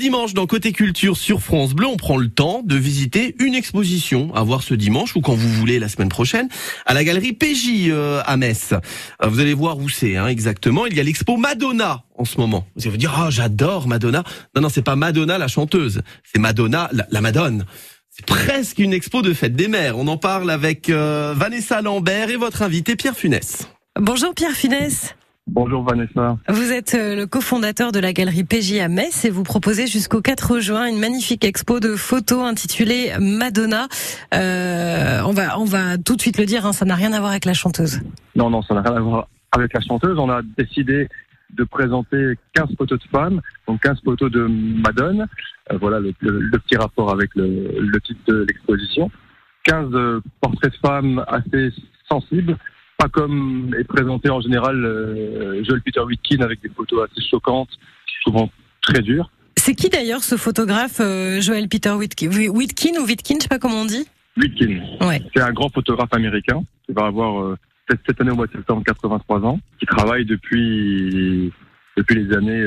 dimanche, dans Côté Culture sur France Bleu, on prend le temps de visiter une exposition à voir ce dimanche ou quand vous voulez la semaine prochaine à la galerie PJ à Metz. Vous allez voir où c'est exactement. Il y a l'expo Madonna en ce moment. Vous allez vous dire, j'adore Madonna. Non, c'est pas Madonna la chanteuse, c'est Madonna la Madone. C'est presque une expo de fête des mères. On en parle avec Vanessa Lambert et votre invité Pierre Funès. Bonjour Pierre Funès. Bonjour Vanessa. Vous êtes le cofondateur de la galerie PJ à Metz et vous proposez jusqu'au 4 juin une magnifique expo de photos intitulée Madonna. On va tout de suite le dire, ça n'a rien à voir avec la chanteuse. Non, ça n'a rien à voir avec la chanteuse. On a décidé de présenter 15 photos de femmes, donc 15 photos de Madone. Voilà le petit rapport avec le titre de l'exposition. 15 portraits de femmes assez sensibles. Pas comme est présenté en général Joel Peter Witkin avec des photos assez choquantes, souvent très dures. C'est qui d'ailleurs ce photographe Joel Peter Witkin ou Witkin, je sais pas comment on dit. Witkin. Ouais. C'est un grand photographe américain qui va avoir cette année au mois de septembre 83 ans, qui travaille depuis les années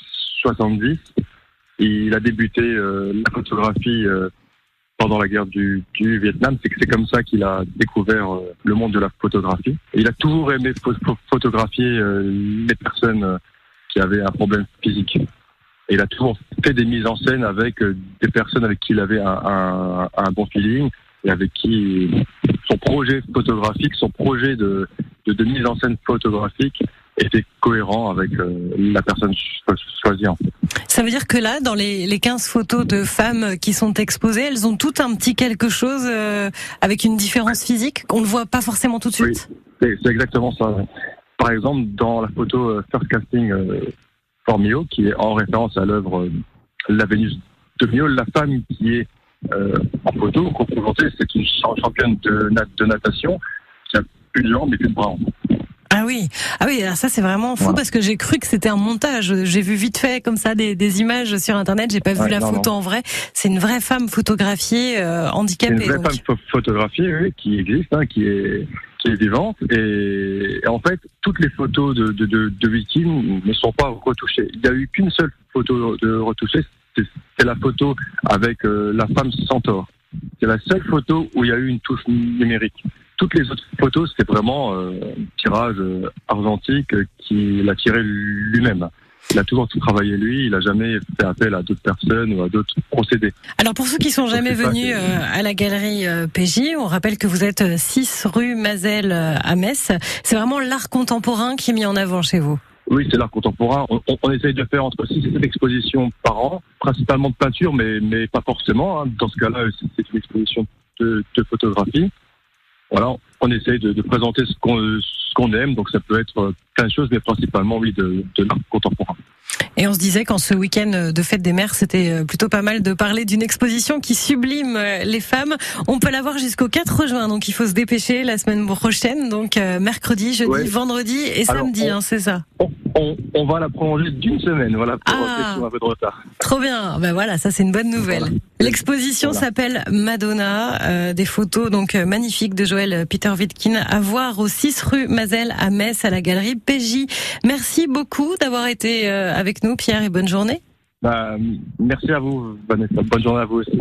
70. Il a débuté la photographie pendant la guerre du Vietnam. C'est comme ça qu'il a découvert le monde de la photographie. Et il a toujours aimé photographier les personnes qui avaient un problème physique. Et il a toujours fait des mises en scène avec des personnes avec qui il avait un bon feeling et avec qui son projet photographique, son projet de mise en scène photographique était cohérent avec la personne choisie en fait. Ça veut dire que là, dans les 15 photos de femmes qui sont exposées, elles ont toutes un petit quelque chose avec une différence physique qu'on ne voit pas forcément tout de suite. Oui, c'est exactement ça. Par exemple, dans la photo First Casting for Mio, qui est en référence à l'œuvre La Vénus de Mio, la femme qui est en photo, représentée, c'est une championne de natation qui a plus de jambes et plus de bras. Ah oui, alors ça c'est vraiment fou parce que j'ai cru que c'était un montage. J'ai vu vite fait comme ça des images sur internet, j'ai pas vu la photo en vrai. C'est une vraie femme photographiée handicapée. C'est une vraie femme photographiée, oui, qui existe, qui est vivante. Et en fait, toutes les photos de Witkin ne sont pas retouchées. Il n'y a eu qu'une seule photo de retouchée, c'est la photo avec la femme centaure. C'est la seule photo où il y a eu une touche numérique. Toutes les autres photos, c'est vraiment un tirage argentique qu'il a tiré lui-même. Il a toujours tout travaillé lui, il n'a jamais fait appel à d'autres personnes ou à d'autres procédés. Alors pour ceux qui sont jamais venus à la galerie PJ, on rappelle que vous êtes 6 rue Mazel à Metz. C'est vraiment l'art contemporain qui est mis en avant chez vous. Oui, c'est l'art contemporain. On essaye de faire entre 6 et 7 expositions par an, principalement de peinture, mais pas forcément. Dans ce cas-là, c'est une exposition de photographie. Voilà, on essaye de présenter ce qu'on aime, donc ça peut être plein de choses, mais principalement, oui, de l'art contemporain. Et on se disait qu'en ce week-end de fête des mères, c'était plutôt pas mal de parler d'une exposition qui sublime les femmes. On peut la voir jusqu'au 4 juin, donc il faut se dépêcher la semaine prochaine, donc mercredi, jeudi, vendredi et samedi, c'est ça. On va la prolonger d'une semaine, voilà, pour un peu de retard. Trop bien, voilà, ça c'est une bonne nouvelle. Voilà. L'exposition s'appelle Madonna, des photos donc magnifiques de Joel Peter Witkin à voir au 6 rue Mazel à Metz à la galerie PJ. Merci beaucoup d'avoir été avec nous Pierre et bonne journée. Merci à vous Vanessa, bonne journée à vous aussi.